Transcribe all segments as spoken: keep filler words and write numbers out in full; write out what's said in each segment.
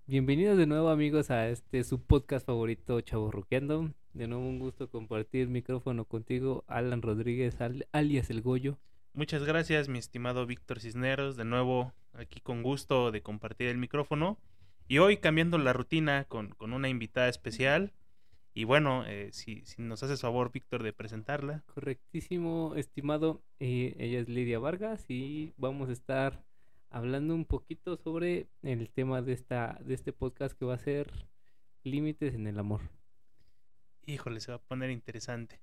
Bienvenidos de nuevo amigos a este su podcast favorito Chavorruqueando. De nuevo un gusto compartir micrófono contigo, Alan Rodríguez, al- alias El Goyo. Muchas gracias, mi estimado Víctor Cisneros, de nuevo aquí con gusto de compartir el micrófono. Y hoy cambiando la rutina con, con una invitada especial. Y bueno, eh, si, si nos haces favor, Víctor, de presentarla. Correctísimo, estimado. Eh, ella es Lidia Vargas y vamos a estar hablando un poquito sobre el tema de esta de este podcast que va a ser límites en el amor. Híjole, se va a poner interesante.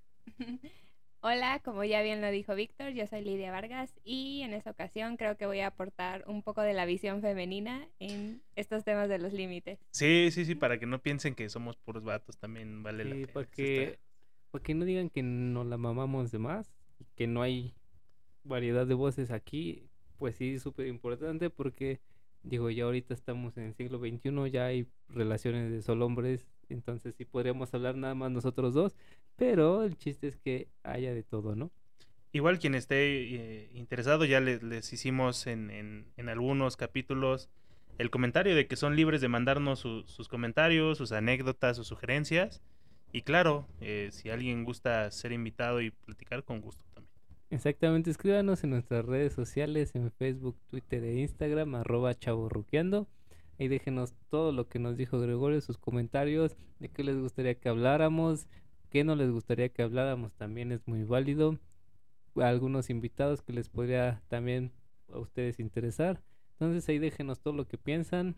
Hola, como ya bien lo dijo Víctor, yo soy Lidia Vargas y en esta ocasión creo que voy a aportar un poco de la visión femenina en estos temas de los límites. Sí, sí, sí, para que no piensen que somos puros vatos, también vale la Sí, pena. para Sí que, está- para que no digan que nos la mamamos de más, y que no hay variedad de voces aquí, pues sí, súper importante porque, digo, ya ahorita estamos en el siglo veintiuno, ya hay relaciones de solo hombres, entonces sí podríamos hablar nada más nosotros dos, pero el chiste es que haya de todo, ¿no? Igual quien esté eh, interesado, ya les, les hicimos en, en, en algunos capítulos el comentario de que son libres de mandarnos su- sus comentarios, sus anécdotas, sus sugerencias. Y claro, eh, si alguien gusta ser invitado y platicar, con gusto también. Exactamente, escríbanos en nuestras redes sociales, en Facebook, Twitter e Instagram, arroba chavorruqueando. Ahí déjenos todo lo que nos dijo Gregorio, sus comentarios, de qué les gustaría que habláramos, qué no les gustaría que habláramos, también es muy válido. Algunos invitados que les podría también a ustedes interesar. Entonces ahí déjenos todo lo que piensan.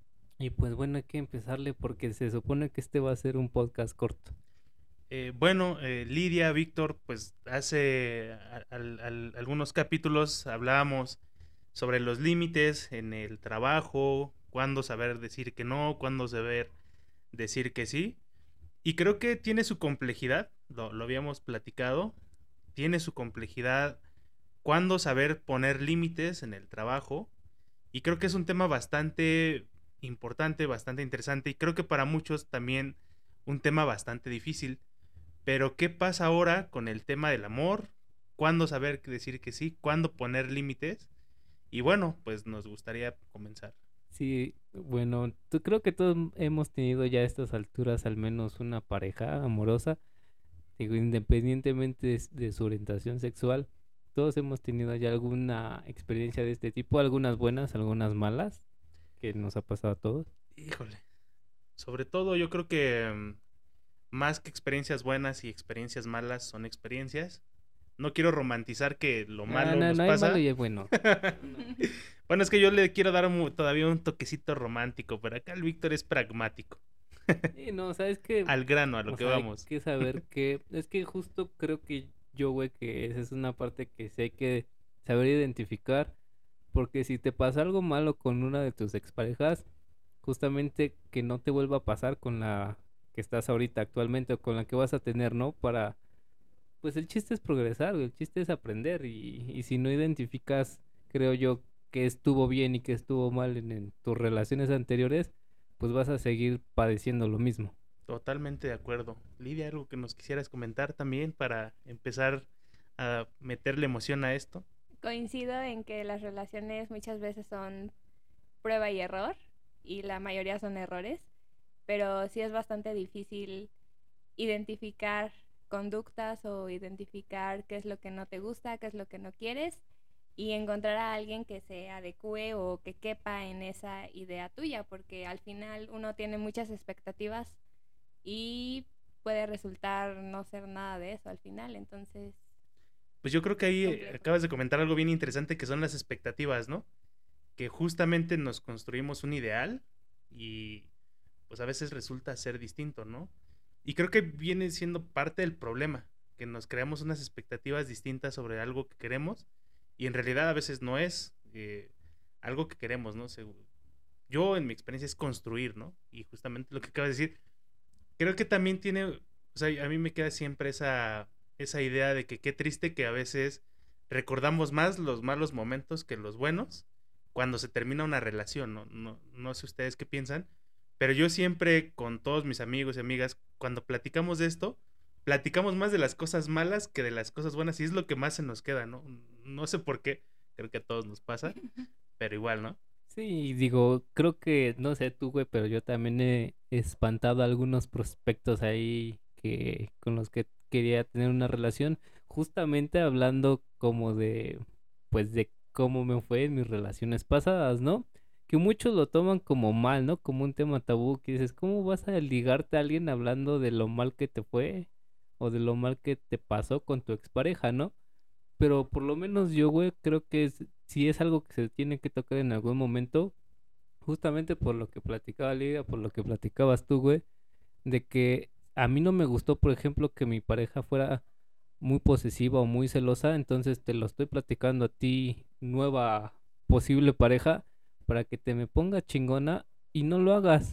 Y pues bueno, hay que empezarle porque se supone que este va a ser un podcast corto. Eh, bueno, eh, Lidia, Víctor, pues hace a- al- al- algunos capítulos hablábamos sobre los límites en el trabajo, cuándo saber decir que no, cuándo saber decir que sí. Y creo que tiene su complejidad, lo, lo habíamos platicado, tiene su complejidad cuándo saber poner límites en el trabajo. Y creo que es un tema bastante importante, bastante interesante y creo que para muchos también un tema bastante difícil. Pero ¿qué pasa ahora con el tema del amor? ¿Cuándo saber decir que sí? ¿Cuándo poner límites? Y bueno, pues nos gustaría comenzar. Sí, bueno, tú creo que todos hemos tenido ya a estas alturas al menos una pareja amorosa, digo, independientemente de, s- de su orientación sexual, todos hemos tenido ya alguna experiencia de este tipo, algunas buenas, algunas malas, que nos ha pasado a todos. Híjole. Sobre todo yo creo que mm, más que experiencias buenas y experiencias malas son experiencias. No quiero romantizar que lo Ah, malo no, nos no hay malo pasa. y hay bueno. No, no. Bueno, es que yo le quiero dar mu- todavía un toquecito romántico, pero acá el Víctor es pragmático. Sí, no, sabes que, Al grano, a lo o que sea, hay vamos. que saber que, es que justo creo que yo, güey, que esa es una parte que sí hay que saber identificar, porque si te pasa algo malo con una de tus exparejas, justamente que no te vuelva a pasar con la que estás ahorita actualmente o con la que vas a tener, ¿no? Para, pues el chiste es progresar, güey, el chiste es aprender y, y si no identificas, creo yo, que estuvo bien y que estuvo mal en, en tus relaciones anteriores, pues vas a seguir padeciendo lo mismo. Totalmente de acuerdo. Lidia, algo que nos quisieras comentar también para empezar a meterle emoción a esto. Coincido en que las relaciones muchas veces son prueba y error y la mayoría son errores, pero sí es bastante difícil identificar conductas o identificar qué es lo que no te gusta, qué es lo que no quieres y encontrar a alguien que se adecue o que quepa en esa idea tuya, porque al final uno tiene muchas expectativas y puede resultar no ser nada de eso al final, entonces Pues yo creo que es ahí eh, complejo. acabas de comentar algo bien interesante que son las expectativas, ¿no? Que justamente nos construimos un ideal y pues a veces resulta ser distinto, ¿no? Y creo que viene siendo parte del problema, que nos creamos unas expectativas distintas sobre algo que queremos y en realidad a veces no es eh, algo que queremos, ¿no? Se- yo en mi experiencia es construir, ¿no? Y justamente lo que acabas de decir, creo que también tiene, o sea, a mí me queda siempre esa, esa idea de que qué triste que a veces recordamos más los malos momentos que los buenos cuando se termina una relación, ¿no? No, no sé ustedes qué piensan, pero yo siempre con todos mis amigos y amigas, cuando platicamos de esto, platicamos más de las cosas malas que de las cosas buenas y es lo que más se nos queda, ¿no? No sé por qué, creo que a todos nos pasa, pero igual, ¿no? Sí, digo, creo que, no sé tú, güey, pero yo también he espantado a algunos prospectos ahí que con los que quería tener una relación, justamente hablando como de, pues de cómo me fue en mis relaciones pasadas, ¿no? Que muchos lo toman como mal, ¿no? Como un tema tabú, que dices, ¿cómo vas a ligarte a alguien hablando de lo mal que te fue o de lo mal que te pasó con tu expareja, ¿no? Pero por lo menos yo, güey, creo que es, si es algo que se tiene que tocar en algún momento, justamente por lo que platicaba Lidia, por lo que platicabas tú, güey, de que a mí no me gustó, por ejemplo, que mi pareja fuera muy posesiva o muy celosa, entonces te lo estoy platicando a ti, nueva posible pareja, para que te me ponga chingona y no lo hagas.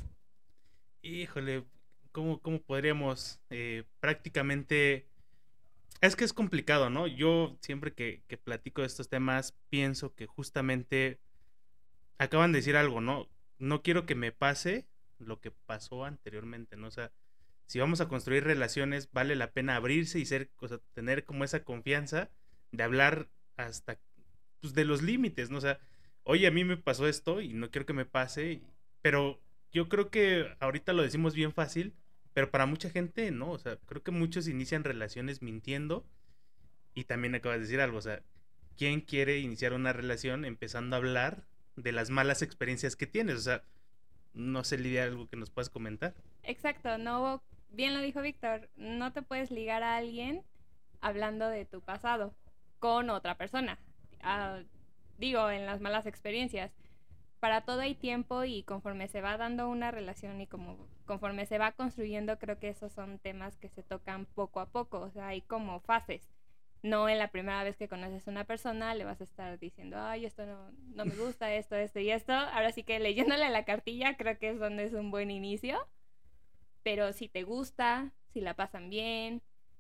Híjole, ¿cómo, cómo podríamos eh, prácticamente... Es que es complicado, ¿no? Yo siempre que, que platico de estos temas pienso que justamente acaban de decir algo, ¿no? No quiero que me pase lo que pasó anteriormente, ¿no? O sea, si vamos a construir relaciones, vale la pena abrirse y ser, o sea, tener como esa confianza de hablar hasta pues, de los límites, ¿no? O sea, oye, a mí me pasó esto y no quiero que me pase, pero yo creo que ahorita lo decimos bien fácil, pero para mucha gente no, o sea, creo que muchos inician relaciones mintiendo y también acabas de decir algo, o sea, ¿quién quiere iniciar una relación empezando a hablar de las malas experiencias que tienes? O sea, no sé, Lidia, algo que nos puedas comentar. Exacto, no, bien lo dijo Víctor, no te puedes ligar a alguien hablando de tu pasado con otra persona. Ah, digo, en las malas experiencias. Para todo hay tiempo y conforme se va dando una relación y como conforme se va construyendo, creo que esos son temas que se tocan poco a poco, o sea, hay como fases. No en la primera vez que conoces a una persona le vas a estar diciendo, ay, esto no, no me gusta, esto, esto y esto. Ahora sí que leyéndole la cartilla creo que es donde es un buen inicio. Pero si te gusta, si la pasan bien,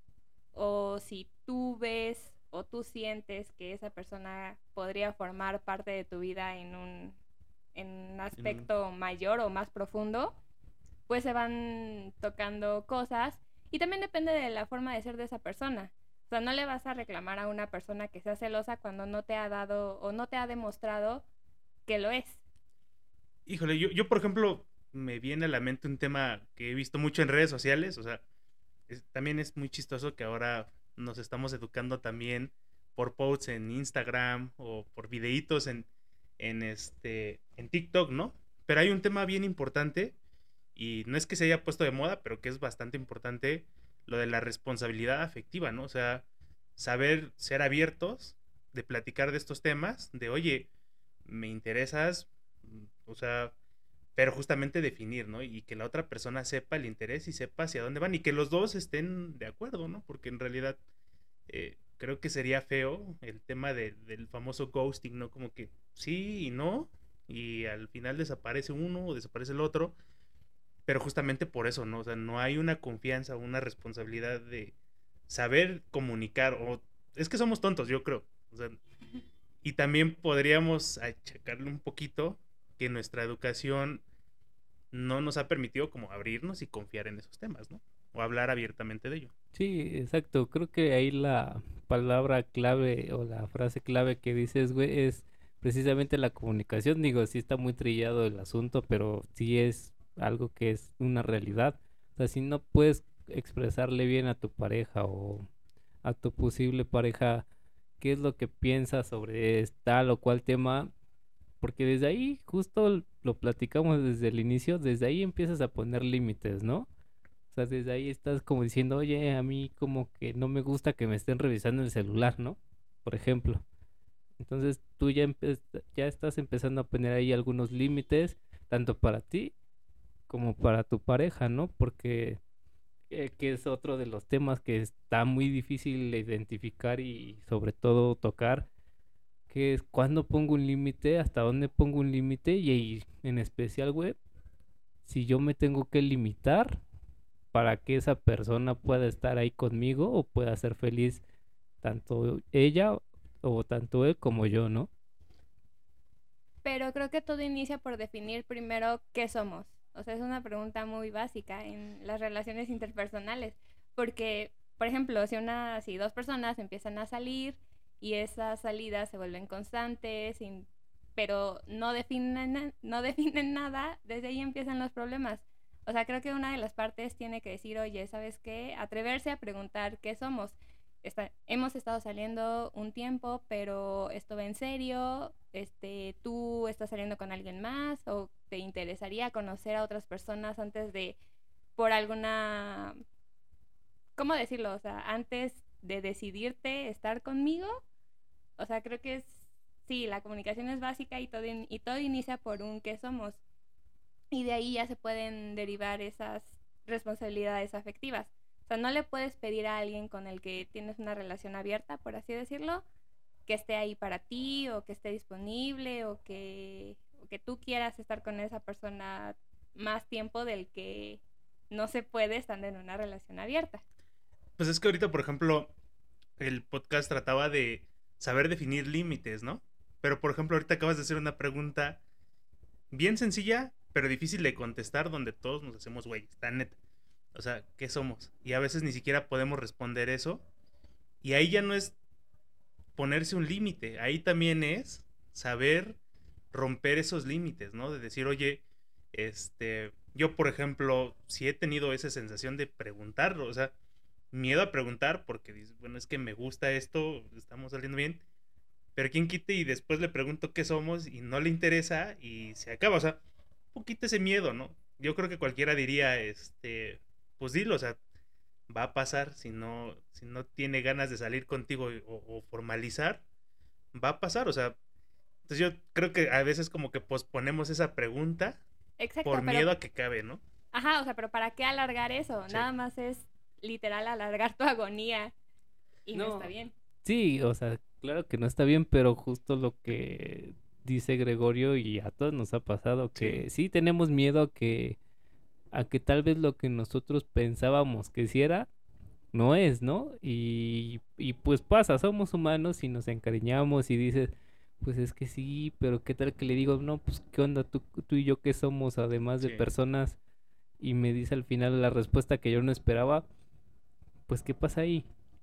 o si tú ves o tú sientes que esa persona podría formar parte de tu vida en un, en un aspecto mayor o más profundo, pues se van tocando cosas y también depende de la forma de ser de esa persona. O sea, no le vas a reclamar a una persona que sea celosa cuando no te ha dado o no te ha demostrado que lo es. Híjole, yo, yo por ejemplo, me viene a la mente un tema que he visto mucho en redes sociales, o sea, es, también es muy chistoso que ahora nos estamos educando también por posts en Instagram o por videitos en, en, este, en TikTok, ¿no? Pero hay un tema bien importante y no es que se haya puesto de moda, pero que es bastante importante, lo de la responsabilidad afectiva, ¿no? O sea, saber ser abiertos, de platicar de estos temas, de, oye, me interesas, o sea, pero justamente definir, ¿no? Y que la otra persona sepa el interés y sepa hacia dónde van y que los dos estén de acuerdo, ¿no? Porque en realidad eh, creo que sería feo el tema de, del famoso ghosting, ¿no? Como que sí y no, y al final desaparece uno o desaparece el otro, pero justamente por eso, ¿no? O sea, no hay una confianza, una responsabilidad de saber comunicar, o es que somos tontos, yo creo. O sea, y también podríamos achacarle un poquito que nuestra educación no nos ha permitido como abrirnos y confiar en esos temas, ¿no? O hablar abiertamente de ello. Sí, exacto. Creo que ahí la palabra clave o la frase clave que dices, güey, es precisamente la comunicación. Digo, sí está muy trillado el asunto, pero sí es algo que es una realidad. O sea, si no puedes expresarle bien a tu pareja o a tu posible pareja qué es lo que piensas sobre es- tal o cual tema, porque desde ahí justo lo platicamos desde el inicio, desde ahí empiezas a poner límites, ¿no? O sea, desde ahí estás como diciendo, oye, a mí como que no me gusta que me estén revisando el celular, ¿no? Por ejemplo. Entonces tú ya, empe- ya estás empezando a poner ahí algunos límites, tanto para ti como para tu pareja, ¿no? Porque eh, que es otro de los temas que está muy difícil de identificar y sobre todo tocar, que es cuándo pongo un límite, hasta dónde pongo un límite y, y en especial, güey, si yo me tengo que limitar para que esa persona pueda estar ahí conmigo o pueda ser feliz tanto ella o tanto él como yo, ¿no? Pero creo que todo inicia por definir primero qué somos. O sea, es una pregunta muy básica en las relaciones interpersonales. Porque, por ejemplo, si una, si dos personas empiezan a salir y esas salidas se vuelven constantes, y pero no definen, no definen nada, desde ahí empiezan los problemas. O sea, creo que una de las partes tiene que decir, oye, ¿sabes qué? Atreverse a preguntar qué somos. Está, hemos estado saliendo un tiempo, pero esto va en serio, este, tú estás saliendo con alguien más o te interesaría conocer a otras personas antes de, por alguna, ¿cómo decirlo? O sea, antes de decidirte estar conmigo. O sea, creo que es, sí, la comunicación es básica y todo, in, y todo inicia por un qué somos. Y de ahí ya se pueden derivar esas responsabilidades afectivas. O sea, no le puedes pedir a alguien con el que tienes una relación abierta, por así decirlo, que esté ahí para ti o que esté disponible o que, o que tú quieras estar con esa persona más tiempo del que no se puede estando en una relación abierta. Pues es que ahorita, por ejemplo, el podcast trataba de saber definir límites, ¿no? Pero, por ejemplo, ahorita acabas de hacer una pregunta bien sencilla, pero difícil de contestar, donde todos nos hacemos güey, está neta. O sea, ¿qué somos? Y a veces ni siquiera podemos responder eso. Y ahí ya no es ponerse un límite, ahí también es saber romper esos límites, ¿no? De decir, oye, este, yo por ejemplo, si he tenido esa sensación de preguntarlo, o sea, miedo a preguntar porque dices, bueno, es que me gusta esto, estamos saliendo bien, pero quién quite y después le pregunto qué somos y no le interesa y se acaba, o sea, un poquito ese miedo, ¿no? Yo creo que cualquiera diría, este, pues dilo, o sea, va a pasar si no, si no tiene ganas de salir contigo o, o formalizar, va a pasar, o sea, entonces yo creo que a veces como que posponemos esa pregunta Exacto, por pero, miedo a que cabe, ¿no? Ajá, o sea, pero ¿para qué alargar eso? Sí. Nada más es literal alargar tu agonía y no, no está bien. Sí, o sea, claro que no está bien, pero justo lo que dice Gregorio y a todos nos ha pasado, que sí, sí tenemos miedo a que a que tal vez lo que nosotros pensábamos que sí era, no es, ¿no? Y, y pues pasa, somos humanos y nos encariñamos y dices, pues es que sí, pero ¿qué tal que le digo, no, pues qué onda, tú, tú y yo qué somos, además de Sí. personas? Y me dice al final la respuesta que yo no esperaba, pues ¿qué pasa ahí?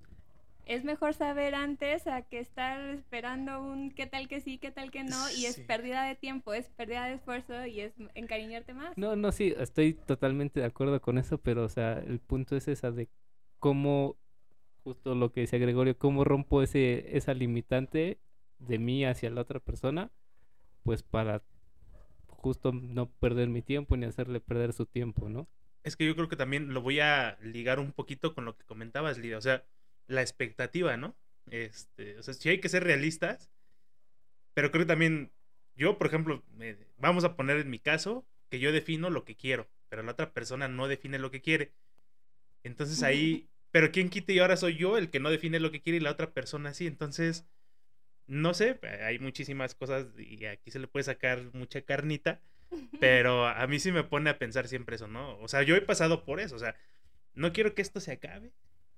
Es mejor saber antes a que estar esperando un qué tal que sí, qué tal que no, y es Sí. pérdida de tiempo, es pérdida de esfuerzo y es encariñarte más. No, no, sí, estoy totalmente de acuerdo con eso, pero o sea, el punto es esa de cómo, justo lo que decía Gregorio, cómo rompo ese, esa limitante de mí hacia la otra persona, pues para justo no perder mi tiempo ni hacerle perder su tiempo, ¿no? Es que yo creo que también lo voy a ligar un poquito con lo que comentabas, Lidia, o sea, la expectativa, ¿no? Este, o sea, sí hay que ser realistas, pero creo que también yo, por ejemplo, me, vamos a poner en mi caso que yo defino lo que quiero, pero la otra persona no define lo que quiere. Entonces ahí, pero quién quite y ahora soy yo el que no define lo que quiere y la otra persona sí. Entonces, no sé, hay muchísimas cosas y aquí se le puede sacar mucha carnita, pero a mí sí me pone a pensar siempre eso, ¿no? O sea, yo he pasado por eso, o sea, no quiero que esto se acabe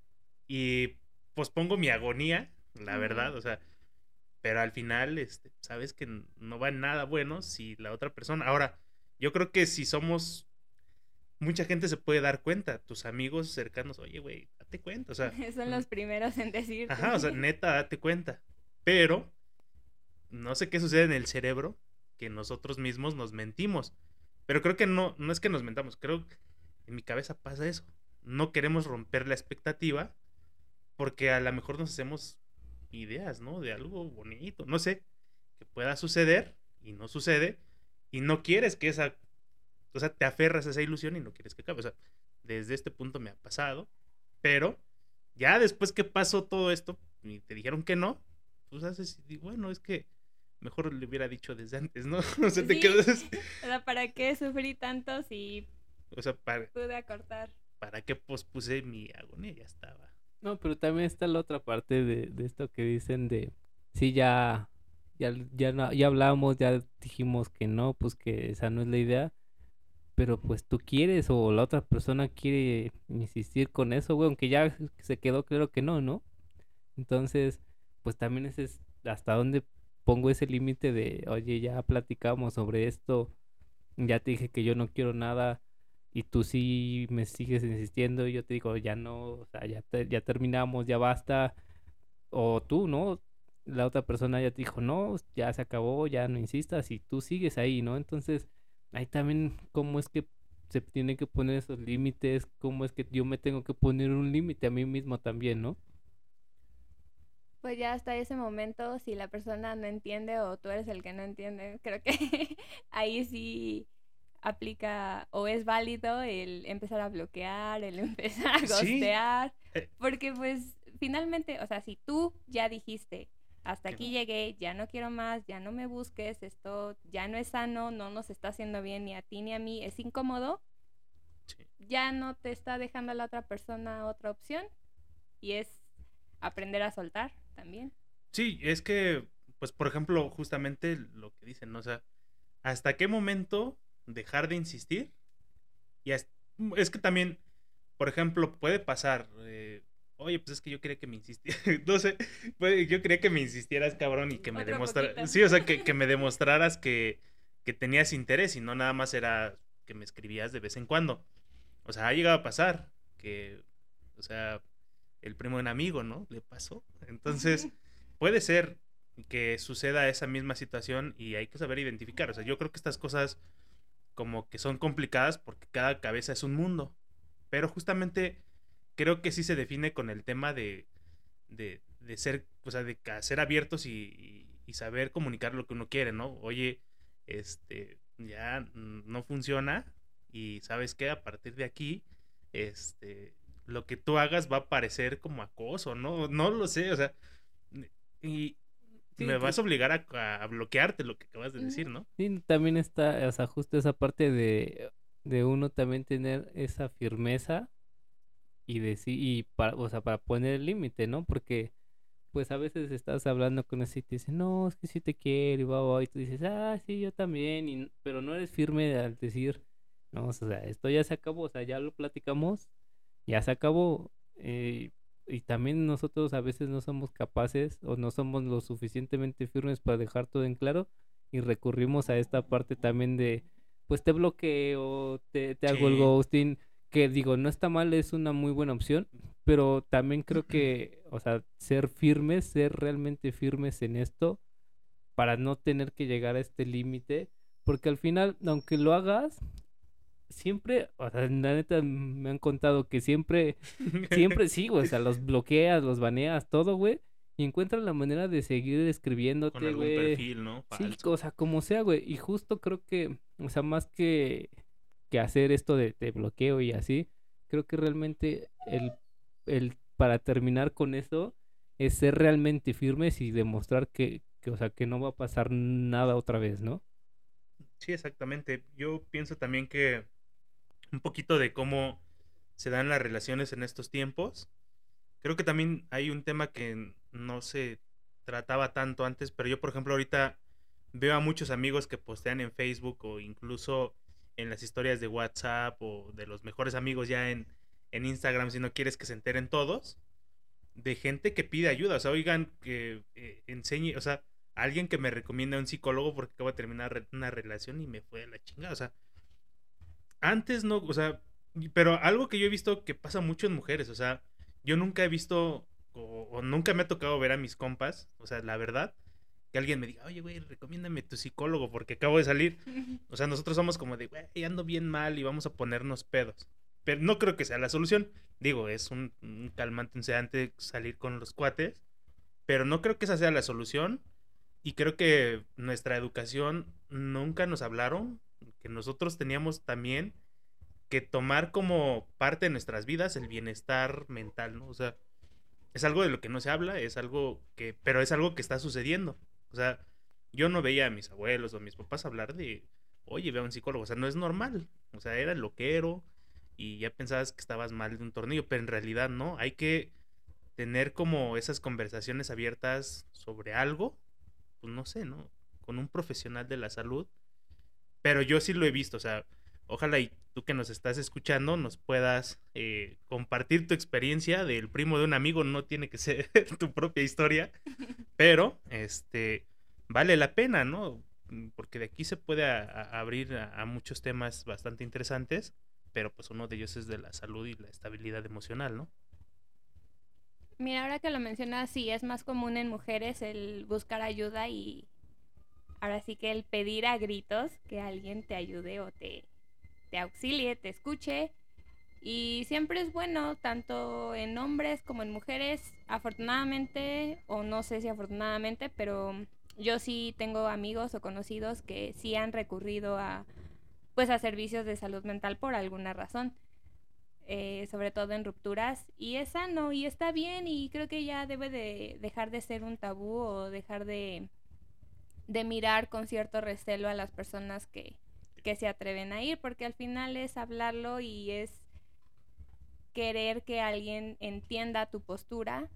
y pospongo mi agonía, la verdad, o sea, pero al final, este, sabes que no va en nada bueno si la otra persona. Ahora, yo creo que si somos, mucha gente se puede dar cuenta, tus amigos cercanos, oye, güey, date cuenta, o sea. Son los primeros en decirte. Ajá, o sea, neta, date cuenta. Pero, no sé qué sucede en el cerebro, que nosotros mismos nos mentimos. Pero creo que no, no es que nos mentamos, creo que en mi cabeza pasa eso. No queremos romper la expectativa porque a lo mejor nos hacemos ideas, ¿no? De algo bonito, no sé, que pueda suceder y no sucede y no quieres que esa, o sea, te aferras a esa ilusión y no quieres que acabe. O sea, desde este punto me ha pasado, pero ya después que pasó todo esto y te dijeron que no, pues haces, y bueno, es que mejor le hubiera dicho desde antes, ¿no? O sea, te Sí. quedas. O sea, ¿para qué sufrí tanto si O sea, para, pude acortar? ¿para qué pospuse mi agonía? Ya estaba. No, pero también está la otra parte de, de esto que dicen de, sí, ya, ya, ya, no- ya hablamos, ya dijimos que no, pues que esa no es la idea, pero pues tú quieres o la otra persona quiere insistir con eso, güey, aunque ya se quedó claro que no, ¿no? Entonces, pues también ese es hasta dónde pongo ese límite de, oye, ya platicamos sobre esto, ya te dije que yo no quiero nada y tú sí me sigues insistiendo y yo te digo, ya no, o sea, ya, te- ya terminamos, ya basta, o tú, ¿no? la otra persona ya te dijo, no, ya se acabó, ya no insistas y tú sigues ahí, ¿no? Entonces, ahí también cómo es que se tienen que poner esos límites, cómo es que yo me tengo que poner un límite a mí mismo también, ¿no? Pues ya hasta ese momento, si la persona no entiende o tú eres el que no entiende, creo que ahí sí aplica o es válido el empezar a bloquear, el empezar a Sí, ghostear, eh, porque pues finalmente, o sea, si tú ya dijiste, hasta que aquí no. llegué, ya no quiero más, ya no me busques, esto ya no es sano, no nos está haciendo bien ni a ti ni a mí, es incómodo, Sí. ya no te está dejando a la otra persona otra opción y es aprender a soltar también. Sí, es que, pues, por ejemplo, justamente lo que dicen, ¿no? O sea, ¿hasta qué momento dejar de insistir? Y hasta- es que también, por ejemplo, puede pasar, eh, oye, pues es que yo quería que me insistieras, no sé, puede- yo quería que me insistieras, cabrón, y que me Otro poquito. demostraras, sí, o sea, que, que me demostraras que, que tenías interés y no nada más era que me escribías de vez en cuando. O sea, ha llegado a pasar que, o sea, el primo de un amigo, ¿no? Le pasó. Entonces, puede ser que suceda esa misma situación y hay que saber identificar. O sea, yo creo que estas cosas como que son complicadas porque cada cabeza es un mundo. Pero justamente creo que sí se define con el tema de, de, de ser, o sea, de ser abiertos y, y, y saber comunicar lo que uno quiere, ¿no? Oye, este, ya no funciona y sabes que a partir de aquí, este, lo que tú hagas va a parecer como acoso, ¿no? No lo sé, o sea, y me Sí, vas a obligar a, a bloquearte lo que acabas de decir, Ujú. ¿no? sí, también está, o sea, justo esa parte de, de uno también tener esa firmeza y decir, y para, o sea, para poner el límite, ¿no? Porque pues a veces estás hablando con ese y te dice, no, es que sí te quiero, y va, va, y tú dices, ah, sí, yo también, y, pero no eres firme al decir, no, o sea, esto ya se acabó, o sea, ya lo platicamos, ya se acabó, eh, y también nosotros a veces no somos capaces o no somos lo suficientemente firmes para dejar todo en claro y recurrimos a esta parte también de, pues te bloqueo, te, te hago el Sí. ghosting, que digo, no está mal, es una muy buena opción, pero también creo que, o sea, ser firmes, ser realmente firmes en esto para no tener que llegar a este límite, porque al final, aunque lo hagas, siempre, o sea, la neta me han contado que siempre, siempre sí, güey, o sea, los bloqueas, los baneas, todo, güey, y encuentran la manera de seguir Con escribiéndote, algún güey. perfil, ¿no? Sí, Falso. o sea, como sea, güey, y justo creo que, o sea, más que, que hacer esto de, de bloqueo y así, creo que realmente el, el, para terminar con eso, es ser realmente firmes y demostrar que, que, o sea, que no va a pasar nada otra vez, ¿no? Sí, exactamente. Yo pienso también que un poquito de cómo se dan las relaciones en estos tiempos. Creo que también hay un tema que no se trataba tanto antes, pero yo, por ejemplo, ahorita veo a muchos amigos que postean en Facebook o incluso en las historias de WhatsApp o de los mejores amigos ya en, en Instagram, si no quieres que se enteren todos, de gente que pide ayuda. O sea, oigan, que eh, enseñe, o sea, alguien que me recomienda a un psicólogo porque acabo de terminar re- una relación y me fue a la chingada. O sea, antes no, o sea, pero algo que yo he visto que pasa mucho en mujeres, o sea, yo nunca he visto o, o nunca me ha tocado ver a mis compas, o sea, la verdad, que alguien me diga, oye, güey, recomiéndame tu psicólogo porque acabo de salir. O sea, nosotros somos como de, güey, ando bien mal y vamos a ponernos pedos. Pero no creo que sea la solución. Digo, es un, un calmante, un sedante salir con los cuates, pero no creo que esa sea la solución. Y creo que nuestra educación nunca nos hablaron que nosotros teníamos también que tomar como parte de nuestras vidas el bienestar mental, ¿no? O sea, es algo de lo que no se habla, es algo que, pero es algo que está sucediendo. O sea, yo no veía a mis abuelos o a mis papás hablar de, oye, ve a un psicólogo, o sea, no es normal. O sea, era loquero y ya pensabas que estabas mal de un tornillo, pero en realidad no, hay que tener como esas conversaciones abiertas sobre algo, pues no sé, ¿no? Con un profesional de la salud, pero yo sí lo he visto, o sea, ojalá y tú que nos estás escuchando nos puedas eh, compartir tu experiencia del primo de un amigo, no tiene que ser tu propia historia, pero este vale la pena, ¿no? Porque de aquí se puede a, a abrir a, a muchos temas bastante interesantes, pero pues uno de ellos es de la salud y la estabilidad emocional, ¿no? Mira, ahora que lo mencionas, sí, es más común en mujeres el buscar ayuda y ahora sí que el pedir a gritos que alguien te ayude o te, te auxilie, te escuche. Y siempre es bueno, tanto en hombres como en mujeres, afortunadamente, o no sé si afortunadamente, pero yo sí tengo amigos o conocidos que sí han recurrido a, pues, a servicios de salud mental por alguna razón. Eh, sobre todo en rupturas, y es sano y está bien y creo que ya debe de dejar de ser un tabú o dejar de, de mirar con cierto recelo a las personas que, que se atreven a ir, porque al final es hablarlo y es querer que alguien entienda tu postura,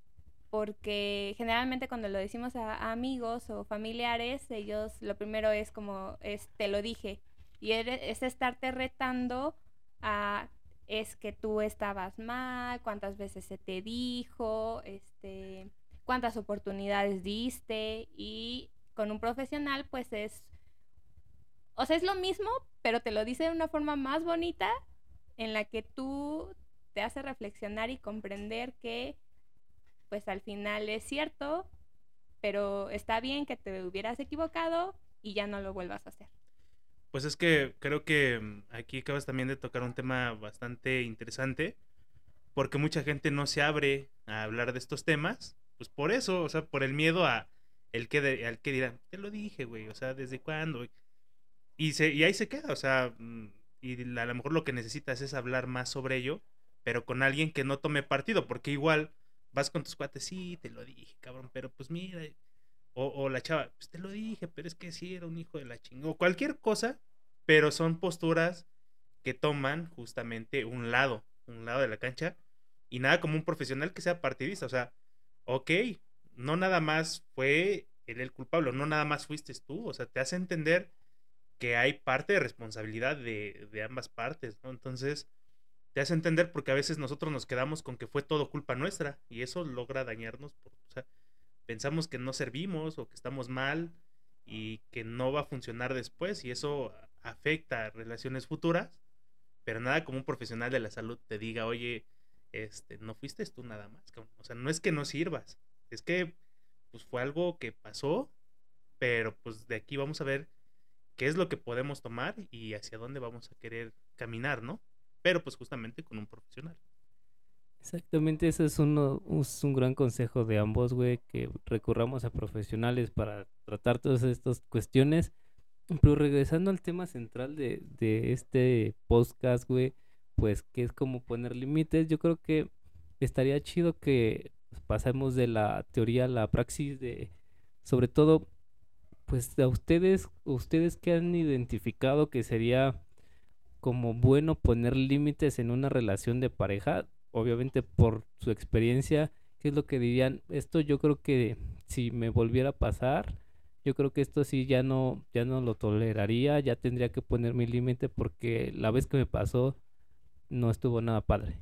porque generalmente cuando lo decimos a, a amigos o familiares, ellos lo primero es como, es te lo dije, y es estarte retando a es que tú estabas mal, cuántas veces se te dijo, este, cuántas oportunidades diste, y con un profesional pues es, o sea, es lo mismo, pero te lo dice de una forma más bonita en la que tú te hace reflexionar y comprender que pues al final es cierto, pero está bien que te hubieras equivocado y ya no lo vuelvas a hacer. Pues es que creo que mm, aquí acabas también de tocar un tema bastante interesante, porque mucha gente no se abre a hablar de estos temas, pues por eso, o sea, por el miedo a el que de- al que dirán, te lo dije, güey, o sea, ¿desde cuándo? Y se y ahí se queda, o sea, mm, y la- a lo mejor lo que necesitas es hablar más sobre ello, pero con alguien que no tome partido, porque igual vas con tus cuates, sí, te lo dije, cabrón, pero pues mira, o, o la chava, pues te lo dije, pero es que sí era un hijo de la chingada, o cualquier cosa, pero son posturas que toman justamente un lado, un lado de la cancha, y nada como un profesional que sea partidista, o sea, ok, no nada más fue él el culpable, no nada más fuiste tú, o sea, te hace entender que hay parte de responsabilidad de, de ambas partes, ¿no? Entonces, te hace entender porque a veces nosotros nos quedamos con que fue todo culpa nuestra y eso logra dañarnos, por, o sea, pensamos que no servimos o que estamos mal y que no va a funcionar después y eso afecta a relaciones futuras, pero nada como un profesional de la salud te diga, oye, este, no fuiste tú nada más, cabrón. O sea, no es que no sirvas, es que pues fue algo que pasó, pero pues de aquí vamos a ver qué es lo que podemos tomar y hacia dónde vamos a querer caminar, ¿no? Pero pues justamente con un profesional. Exactamente, ese es, uno, es un gran consejo de ambos, güey, que recurramos a profesionales para tratar todas estas cuestiones. Pero regresando al tema central de, de este podcast, güey, pues que es como poner límites, yo creo que estaría chido que pasemos de la teoría a la praxis de, sobre todo, pues a ustedes, ustedes que han identificado que sería como bueno poner límites en una relación de pareja, obviamente por su experiencia, ¿qué es lo que dirían? Esto yo creo que si me volviera a pasar, yo creo que esto sí ya no, ya no lo toleraría, ya tendría que poner mi límite porque la vez que me pasó no estuvo nada padre.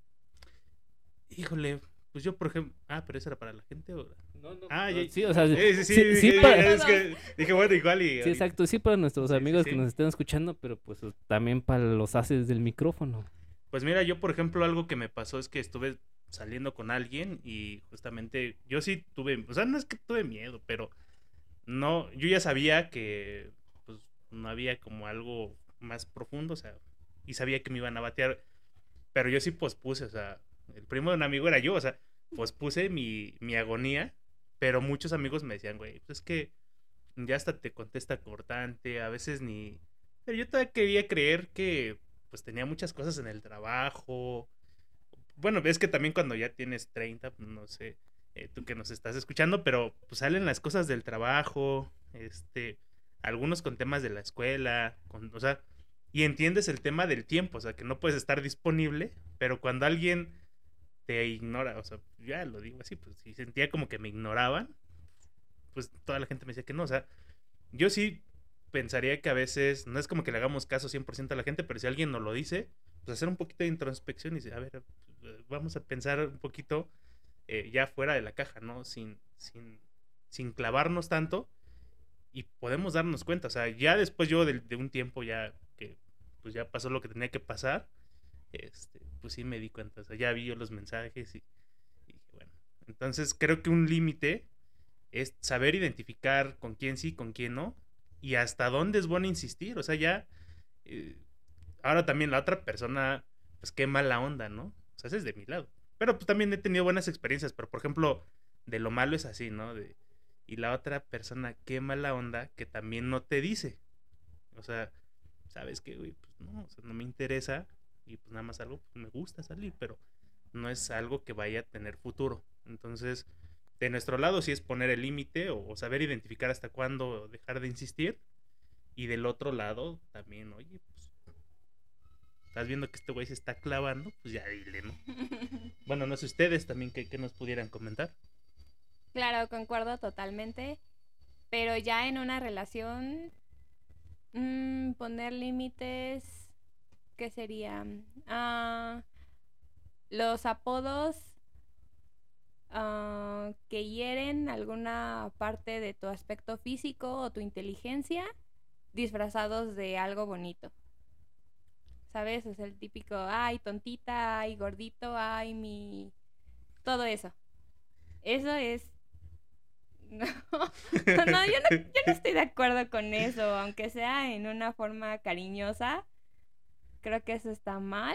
Híjole, pues yo por ejemplo, ah, pero eso era para la gente o... No, no, Ah, ya, no, sí, o sea, eh, sí, sí, sí, sí, dije, para, es que dije, bueno, igual y... sí, y- exacto, sí para nuestros sí, sí, amigos que sí. nos estén escuchando, pero pues también para los haces del micrófono. Pues mira, yo por ejemplo algo que me pasó es que estuve saliendo con alguien y justamente yo sí tuve, o sea, no es que tuve miedo, pero no, yo ya sabía que pues no había como algo más profundo, o sea, y sabía que me iban a batear, pero yo sí pospuse, o sea, el primo de un amigo era yo, o sea, pospuse mi, mi agonía, pero muchos amigos me decían, güey, pues es que ya hasta te contesta cortante, a veces ni... Pero yo todavía quería creer que pues tenía muchas cosas en el trabajo. Bueno, ves que también cuando ya tienes treinta, pues, no sé, eh, tú que nos estás escuchando, pero pues salen las cosas del trabajo, este, algunos con temas de la escuela, con, o sea, y entiendes el tema del tiempo, o sea, que no puedes estar disponible, pero cuando alguien te ignora, o sea, ya lo digo así, pues si sentía como que me ignoraban, pues toda la gente me decía que no, o sea, yo sí pensaría que a veces no es como que le hagamos caso cien por ciento a la gente, pero si alguien nos lo dice, pues hacer un poquito de introspección y decir, a ver, vamos a pensar un poquito eh, ya fuera de la caja, ¿no? Sin, sin, sin clavarnos tanto y podemos darnos cuenta, o sea, ya después yo de, de un tiempo ya que pues ya pasó lo que tenía que pasar, este, pues sí me di cuenta, o sea, ya vi yo los mensajes y, y dije, Entonces creo que un límite es saber identificar con quién sí, con quién no, y hasta dónde es bueno insistir. O sea, ya, eh, ahora también la otra persona, pues qué mala onda, ¿no? O sea, ese es de mi lado. Pero pues también he tenido buenas experiencias, pero por ejemplo, de lo malo es así, ¿no? De, y la otra persona, qué mala onda, que también no te dice. O sea, ¿sabes qué, güey? Pues no, o sea, no me interesa y pues nada más algo, pues me gusta salir, pero no es algo que vaya a tener futuro. Entonces, de nuestro lado sí es poner el límite o, o saber identificar hasta cuándo dejar de insistir. Y del otro lado también, oye, pues estás viendo que este güey se está clavando, pues ya dile, ¿no? Bueno, no sé ustedes también que, que nos pudieran comentar. Claro, concuerdo totalmente, pero ya en una relación, mmm, poner límites, ¿qué sería? Ah, los apodos ah, que hieren alguna parte de tu aspecto físico o tu inteligencia disfrazados de algo bonito. ¿Sabes? Es el típico, ay, tontita, ay, gordito, ay, mi... todo eso. Eso es... No, no, yo no, yo no estoy de acuerdo con eso, aunque sea en una forma cariñosa. Creo que eso está mal.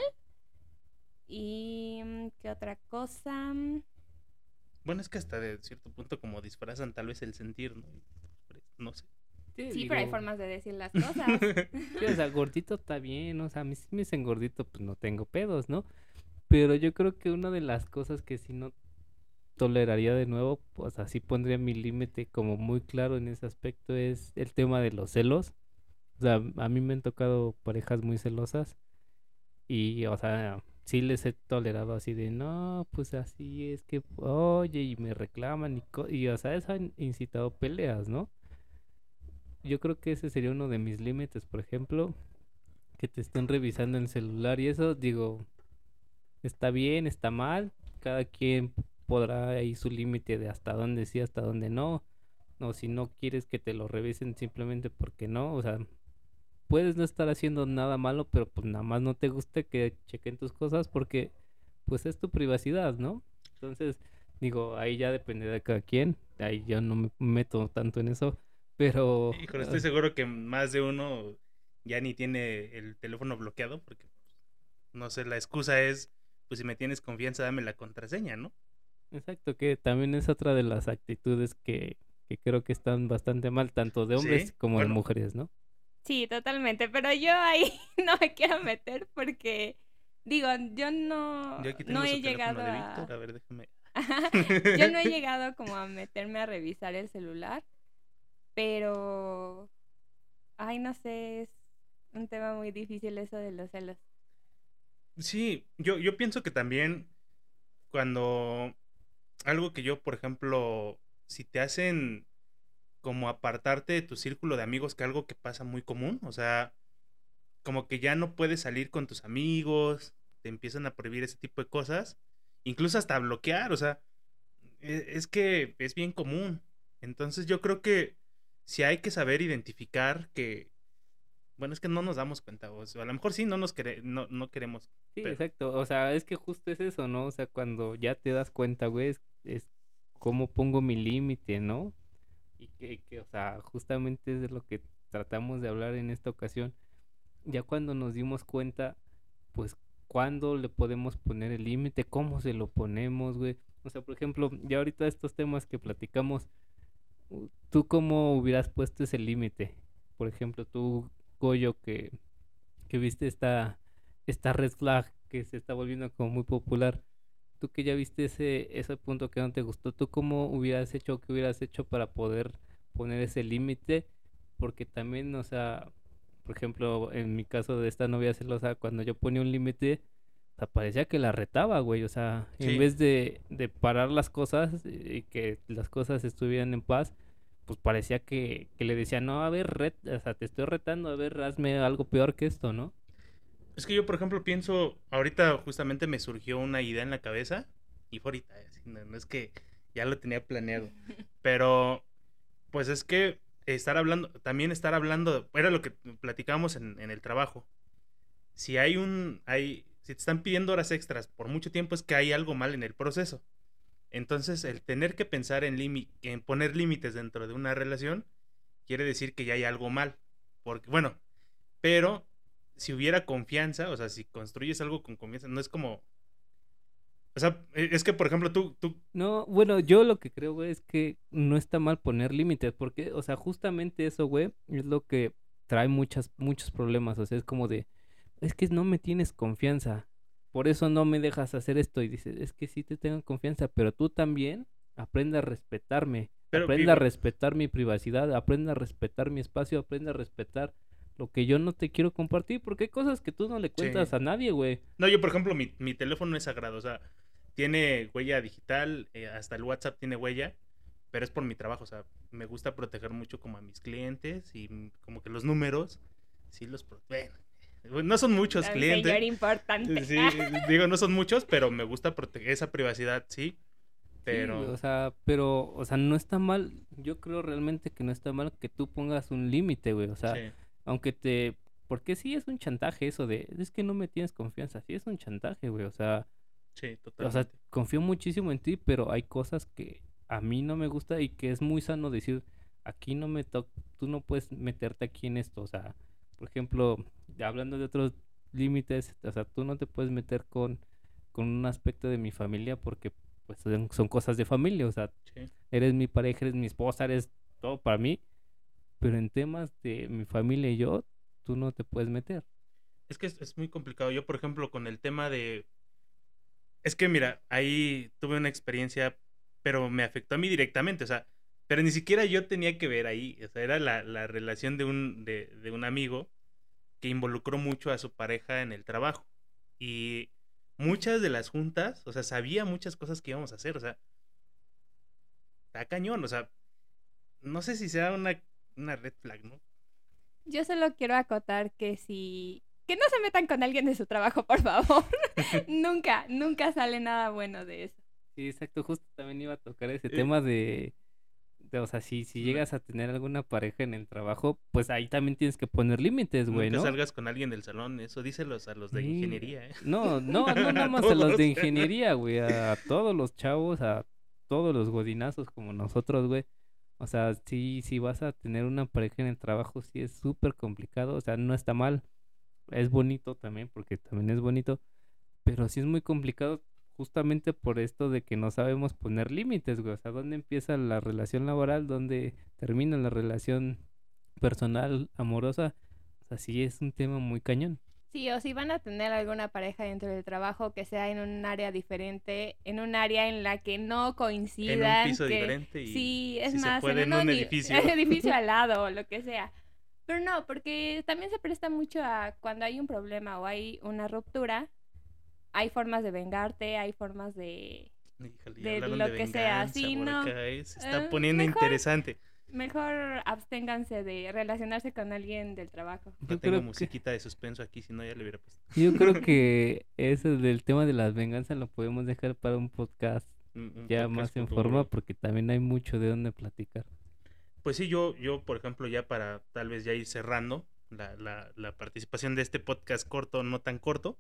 Y... ¿qué otra cosa? Bueno, es que hasta de cierto punto como disfrazan tal vez el sentir, ¿no? No sé. Sí, Sí, digo, pero hay formas de decir las cosas. sí, o sea, gordito está bien, o sea, a mí si me dicen gordito, pues no tengo pedos, ¿no? Pero yo creo que una de las cosas que sí no toleraría de nuevo, pues así pondría mi límite como muy claro en ese aspecto, es el tema de los celos. O sea, a mí me han tocado parejas muy celosas y, o sea, sí les he tolerado así de, no, pues así es que, oye, y me reclaman y, co- y o sea, eso han incitado peleas, ¿no? Yo creo que ese sería uno de mis límites, por ejemplo, que te estén revisando el celular y eso, digo, está bien, está mal, cada quien podrá ahí su límite de hasta dónde sí, hasta dónde no, o si no quieres que te lo revisen simplemente porque no, o sea, puedes no estar haciendo nada malo, pero pues nada más no te gusta que chequen tus cosas porque pues es tu privacidad, ¿no? Entonces, digo, ahí ya depende de cada quien, ahí yo no me meto tanto en eso, pero Híjole, estoy eh, seguro que más de uno ya ni tiene el teléfono bloqueado porque, no sé, la excusa es, pues si me tienes confianza, dame la contraseña, ¿no? exacto, que también es otra de las actitudes que, que creo que están bastante mal, tanto de hombres Sí, como de bueno, mujeres, ¿no? Sí, totalmente, pero yo ahí no me quiero meter porque, digo, yo no, yo aquí no tengo su he llegado teléfono de a... Víctor, a ver, déjame. Yo no he llegado como a meterme a revisar el celular, pero, ay, no sé, es un tema muy difícil eso de los celos. Sí, yo, yo pienso que también cuando algo que yo, por ejemplo, si te hacen como apartarte de tu círculo de amigos, que algo que pasa muy común, o sea, como que ya no puedes salir con tus amigos, te empiezan a prohibir ese tipo de cosas, incluso hasta bloquear, o sea, e- es que es bien común. Entonces yo creo que si hay que saber identificar que, bueno, es que no nos damos cuenta, o sea, a lo mejor sí no nos quere- no, no queremos, Sí, pero exacto, o sea, es que justo es eso, ¿no? O sea, cuando ya te das cuenta, güey, es, es cómo pongo mi límite, ¿no? Y que, que, o sea, justamente es de lo que tratamos de hablar en esta ocasión. Ya cuando nos dimos cuenta, pues, cuándo le podemos poner el límite, cómo se lo ponemos, güey. O sea, por ejemplo, ya ahorita estos temas que platicamos, u- ¿tú cómo hubieras puesto ese límite? Por ejemplo, tú, Goyo, que, que viste esta, esta red flag que se está volviendo como muy popular. Tú que ya viste ese, ese punto que no te gustó, ¿tú cómo hubieras hecho o qué hubieras hecho para poder poner ese límite? Porque también, o sea, por ejemplo, en mi caso de esta novia celosa, cuando yo ponía un límite, o sea, parecía que la retaba, güey. O sea, en sí. vez de, de parar las cosas y que las cosas estuvieran en paz, pues parecía que, que le decía, no, a ver, ret, o sea, te estoy retando, a ver, hazme algo peor que esto, ¿no? Es que yo, por ejemplo, pienso, ahorita justamente me surgió una idea en la cabeza, y fue ahorita, así, no, no es que ya lo tenía planeado, pero pues es que estar hablando, también estar hablando, era lo que platicábamos en, en el trabajo. Si hay un, hay, si te están pidiendo horas extras por mucho tiempo es que hay algo mal en el proceso. Entonces, el tener que pensar en, limi- en poner límites dentro de una relación quiere decir que ya hay algo mal. Porque, bueno, pero si hubiera confianza, o sea, si construyes algo con confianza, no es como... O sea, e- es que, por ejemplo, tú, tú No, bueno, yo lo que creo, güey, es que no está mal poner límites, porque, o sea, justamente eso, güey, es lo que trae muchas, muchos problemas, o sea, es como de, es que no me tienes confianza, por eso no me dejas hacer esto, y dices, es que sí te tengo confianza, pero tú también aprende a respetarme, pero aprende a igual, respetar mi privacidad, aprende a respetar mi espacio, aprende a respetar lo que yo no te quiero compartir, porque hay cosas que tú no le sí. cuentas a nadie, güey. No, yo, por ejemplo, mi, mi teléfono es sagrado, o sea, tiene huella digital, eh, hasta el WhatsApp tiene huella, pero es por mi trabajo, o sea, me gusta proteger mucho como a mis clientes y mm, como que los números, sí los protegen. No son muchos Un clientes. señor importante. Sí, digo, no son muchos, pero me gusta proteger esa privacidad, sí. Pero... Sí, güey, o sea, pero, o sea, no está mal, yo creo realmente que no está mal que tú pongas un límite, güey, o sea, sí, aunque te, porque sí es un chantaje eso de, es que no me tienes confianza, sí es un chantaje, güey, o sea, sí, o sea, totalmente. confío muchísimo en ti, pero hay cosas que a mí no me gusta y que es muy sano decir, aquí no me toca, tú no puedes meterte aquí en esto, o sea, por ejemplo, hablando de otros límites, o sea, tú no te puedes meter con, con un aspecto de mi familia porque pues son, son cosas de familia, o sea, Sí. eres mi pareja, eres mi esposa, eres todo para mí, pero en temas de mi familia y yo, tú no te puedes meter. Es que es, es muy complicado. Yo, por ejemplo, con el tema de... Es que, mira, ahí tuve una experiencia, pero me afectó a mí directamente, o sea, pero ni siquiera yo tenía que ver ahí, o sea, era la, la relación de un, de, de un amigo que involucró mucho a su pareja en el trabajo. Y muchas de las juntas, o sea, sabía muchas cosas que íbamos a hacer, o sea, está cañón, o sea, no sé si sea una, una red flag, ¿no? Yo solo quiero acotar que si... Que no se metan con alguien de su trabajo, por favor. Nunca, nunca sale nada bueno de eso. Sí, exacto, justo también iba a tocar ese Eh, tema de, de, o sea, si, si no- llegas a tener alguna pareja en el trabajo, pues ahí también tienes que poner límites, güey, Nunca ¿no? salgas con alguien del salón, eso díselos a los de Sí. ingeniería, ¿eh? No, no, no nada A más a los de todos. ingeniería, güey, a todos los chavos, a todos los godinazos como nosotros, güey. O sea, sí, si vas a tener una pareja en el trabajo, sí es súper complicado, o sea, no está mal, es bonito también, porque también es bonito, pero sí es muy complicado justamente por esto de que no sabemos poner límites, güey. O sea, ¿dónde empieza la relación laboral? ¿Dónde termina la relación personal, amorosa? O sea, sí es un tema muy cañón. Sí, o si van a tener alguna pareja dentro del trabajo que sea en un área diferente, en un área en la que no En un coincidan, piso que diferente y sí, es si se más, puede en en un, un uni- edificio. edificio al lado o lo que sea. Pero no, porque también se presta mucho a cuando hay un problema o hay una ruptura, hay formas de vengarte, hay formas de, Híjole, ya de hablaron lo de que sea. venganza Sí, por no, acá, ¿eh? Se está eh, poniendo mejor, interesante. mejor absténganse de relacionarse con alguien del trabajo. No Yo tengo creo que, musiquita de suspenso aquí, si no ya le hubiera puesto. yo creo que eso del tema de las venganzas lo podemos dejar para un podcast Un, un ya podcast más en futuro. forma porque también hay mucho de dónde platicar. Pues sí, yo, yo, por ejemplo, ya para tal vez ya ir cerrando la, la, la participación de este podcast corto, no tan corto,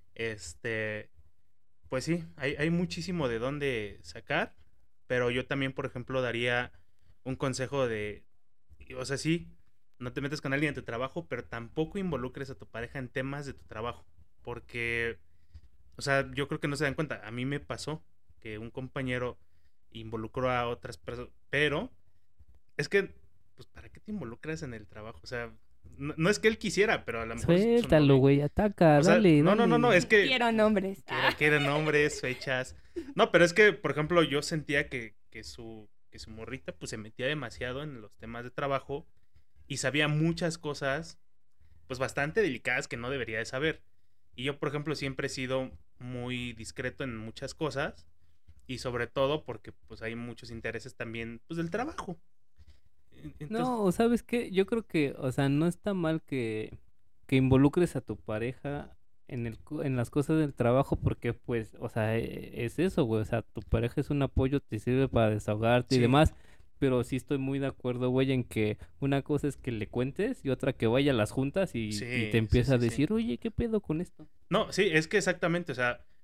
este, pues sí, hay, hay muchísimo de dónde sacar, pero yo también, por ejemplo, daría un consejo de, o sea, sí, no te metas con alguien en tu trabajo, pero tampoco involucres a tu pareja en temas de tu trabajo, porque, o sea, yo creo que no se dan cuenta, a mí me pasó que un compañero involucró a otras personas, pero es que, pues, ¿para qué te involucras en el trabajo? O sea, no, no es que él quisiera, pero a lo mejor su- su Suéltalo, novio- güey, ataca, O sea, dale, no, no, no, no, dale. es que Quiero nombres. que era- Ah. que eran nombres, fechas. No, pero es que, por ejemplo, yo sentía que, que su que su morrita pues se metía demasiado en los temas de trabajo y sabía muchas cosas pues bastante delicadas que no debería de saber. Y yo, por ejemplo, siempre he sido muy discreto en muchas cosas y sobre todo porque pues hay muchos intereses también pues del trabajo. Entonces, No, ¿sabes qué? Yo creo que, o sea, no está mal que, que involucres a tu pareja en el, co- en las cosas del trabajo porque, pues, o sea, e- es eso, güey. O sea, tu pareja es un apoyo, te sirve para desahogarte y Sí. demás. Pero sí estoy muy de acuerdo, güey, en que una cosa es que le cuentes y otra que vaya a las juntas y, y Sí, te sí, empieza a sí, sí. decir, oye, ¿qué pedo con esto? no, sí, es que exactamente, o sea,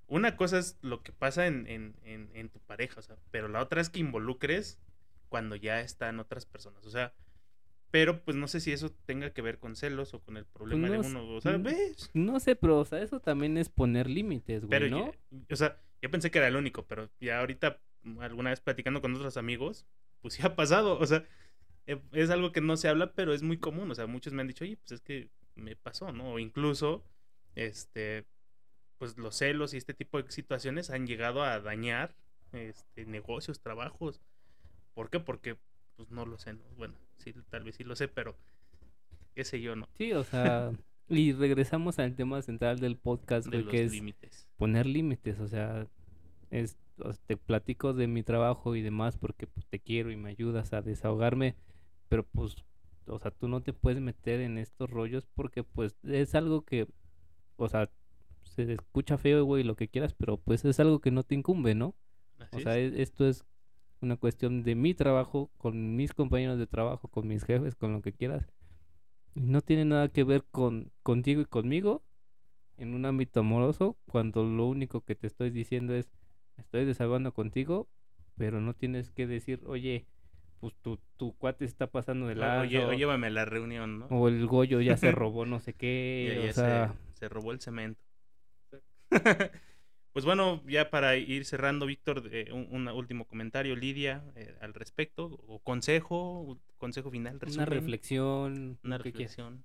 una cosa es lo que pasa en, en, en, en tu pareja, o sea, pero la otra es que involucres cuando ya están otras personas, o sea, pero pues no sé si eso tenga que ver con celos o con el Pues problema de no, s- uno, o sea, n- ves, no sé, pero o sea, eso también es poner límites, pero, güey, ¿no? ya- o sea, yo pensé que era el único, pero ya ahorita, mm, alguna vez platicando con otros amigos, pues sí ha pasado, o sea, eh, es algo que no se habla, pero es muy común, o sea, muchos me han dicho, oye, pues es que me pasó, ¿no? O incluso, este, pues los celos y este tipo de situaciones han llegado a dañar, este, negocios, trabajos. ¿Por qué? Porque, pues no lo sé, ¿no? Bueno, sí, tal vez sí lo sé, pero qué sé yo, ¿no? Sí, o sea, y regresamos al tema central del podcast, De güey, que los es límites. poner límites, o sea, es, o sea, te platico de mi trabajo y demás porque pues, te quiero y me ayudas a desahogarme, pero pues, o sea, tú no te puedes meter en estos rollos porque pues es algo que, o sea, se escucha feo, güey, lo que quieras, pero pues es algo que no te incumbe, ¿no? O Así sea, es. e- esto es una cuestión de mi trabajo, con mis compañeros de trabajo, con mis jefes, con lo que quieras. Y no tiene nada que ver con contigo y conmigo en un ámbito amoroso, cuando lo único que te estoy diciendo es, estoy desahogando contigo, pero no tienes que decir, oye, pues tu, tu cuate se está pasando de O- lanza, Oye, o o, llévame a la reunión, ¿no? o el Goyo ya se robó no sé Ya, qué, o ya se, sea, se robó el cemento. Pues bueno, ya para ir cerrando, Víctor, eh, un, un último comentario, Lidia, eh, al respecto, o consejo, consejo final, una resumen, reflexión, una lo que quieras. reflexión.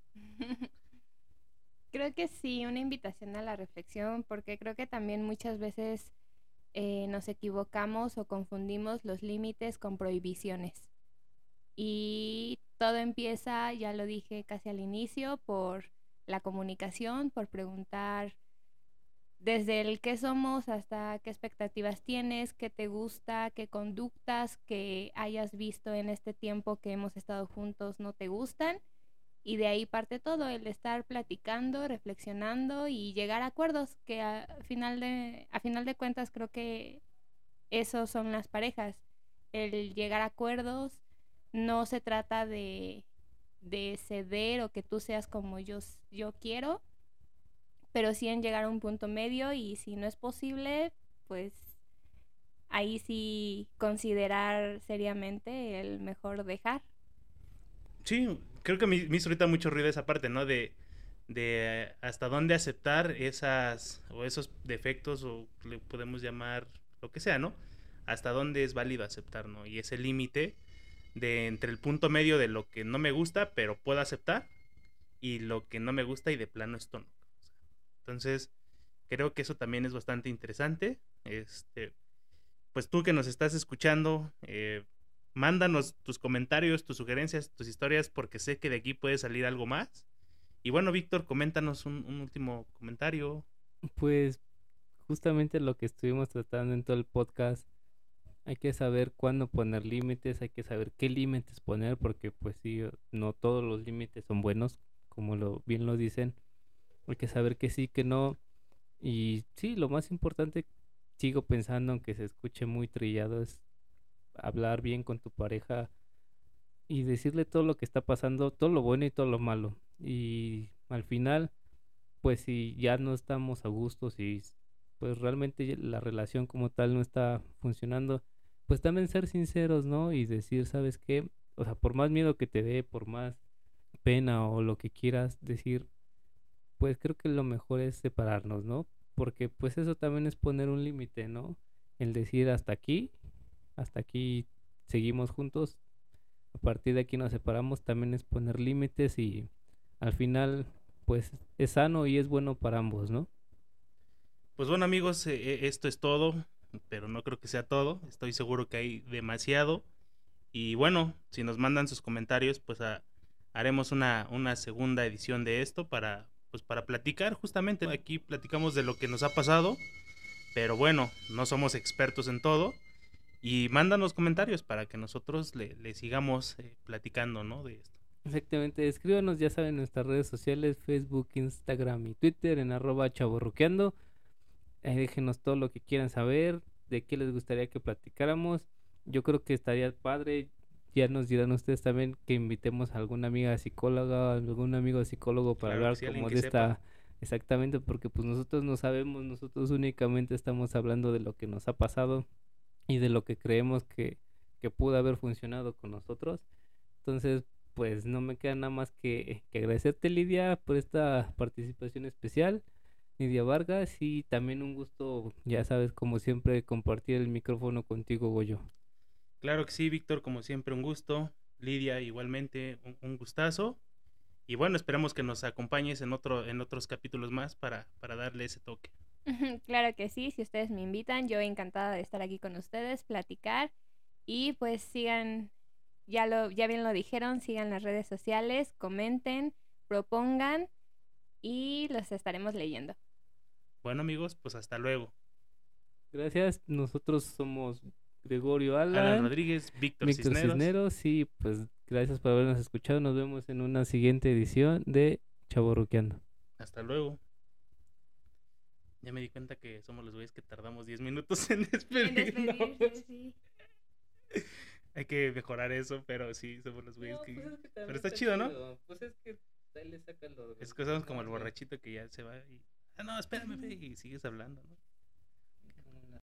Creo que sí, una invitación a la reflexión, porque creo que también muchas veces eh, nos equivocamos o confundimos los límites con prohibiciones. Y todo empieza, ya lo dije casi al inicio, por la comunicación, por preguntar desde el qué somos hasta qué expectativas tienes, qué te gusta, qué conductas que hayas visto en este tiempo que hemos estado juntos no te gustan. Y de ahí parte todo, el estar platicando, reflexionando y llegar a acuerdos, que a final de, a final de cuentas creo que esos son las parejas. El llegar a acuerdos no se trata de, de ceder o que tú seas como yo, yo quiero, pero sí en llegar a un punto medio y si no es posible, pues ahí sí considerar seriamente el mejor dejar. Sí, creo que me, me hizo ahorita mucho ruido esa parte, ¿no? De, de hasta dónde aceptar esas o esos defectos o le podemos llamar lo que sea, ¿no? Hasta dónde es válido aceptar, ¿no? Y ese límite de entre el punto medio de lo que no me gusta, pero puedo aceptar, y lo que no me gusta y de plano esto no. Entonces, creo que eso también es bastante interesante. Este, pues tú que nos estás escuchando, eh, mándanos tus comentarios, tus sugerencias, tus historias, porque sé que de aquí puede salir algo más. Y bueno, Víctor, coméntanos un, un último comentario. Pues justamente lo que estuvimos tratando en todo el podcast, hay que saber cuándo poner límites, hay que saber qué límites poner, porque pues sí, no todos los límites son buenos, como lo bien lo dicen. Hay que saber que sí, que no. Y sí, lo más importante, sigo pensando, aunque se escuche muy trillado, es hablar bien con tu pareja y decirle todo lo que está pasando, todo lo bueno y todo lo malo. Y al final, pues si ya no estamos a gusto, si s- pues realmente ya la relación como tal no está funcionando, pues también ser sinceros, ¿no? Y decir, ¿sabes qué? O sea, por más miedo que te dé, por más pena o lo que quieras decir, pues creo que lo mejor es separarnos, ¿no? Porque pues eso también es poner un límite, ¿no? El decir hasta aquí, hasta aquí seguimos juntos, a partir de aquí nos separamos, también es poner límites y al final pues es sano y es bueno para ambos, ¿no? Pues bueno, amigos, eh, eh, esto es todo, pero no creo que sea todo. Estoy seguro que hay demasiado. Y bueno, si nos mandan sus comentarios, pues a- haremos una, una segunda edición de esto para, pues para platicar justamente. Aquí platicamos de lo que nos ha pasado, pero bueno, no somos expertos en todo. Y mándanos comentarios para que nosotros le, le sigamos eh, platicando, ¿no? De esto. Exactamente, escríbanos, ya saben, en nuestras redes sociales, Facebook, Instagram y Twitter, en arroba chavorruqueando. Ahí déjenos todo lo que quieran saber, de qué les gustaría que platicáramos. Yo creo que estaría padre, ya nos dirán ustedes también que invitemos a alguna amiga psicóloga, algún amigo psicólogo para Claro que hablar sí, alguien como que de sepa. esta, Exactamente, porque pues nosotros no sabemos, nosotros únicamente estamos hablando de lo que nos ha pasado y de lo que creemos que, que pudo haber funcionado con nosotros. Entonces, pues no me queda nada más que, que agradecerte, Lidia, por esta participación especial. Lidia Vargas, y también un gusto, ya sabes, como siempre, compartir el micrófono contigo, Goyo. Claro que sí, Víctor, como siempre, un gusto. Lidia, igualmente, un, un gustazo. Y bueno, esperamos que nos acompañes en otro, en otros capítulos más para, para darle ese toque. Claro que sí, si ustedes me invitan, yo encantada de estar aquí con ustedes, platicar y pues sigan, ya lo, ya bien lo dijeron, sigan las redes sociales, comenten, propongan y los estaremos leyendo. Bueno, amigos, pues hasta luego. Gracias, nosotros somos Gregorio Alan, Alan Rodríguez, Víctor, Víctor Cisneros. Cisneros, y pues gracias por habernos escuchado. Nos vemos en una siguiente edición de Chavorruqueando. Hasta luego. Ya me di cuenta que somos los güeyes que tardamos diez minutos en despedirnos. En despedirse, sí. Hay que mejorar eso, pero sí, somos los güeyes No, que... pues es que también Pero está está chido, ¿no? chido. Pues es que ahí le sacan lo- Es que somos como el no, borrachito que ya se va y... Ah, no, espérame, fe", y sigues hablando, ¿no?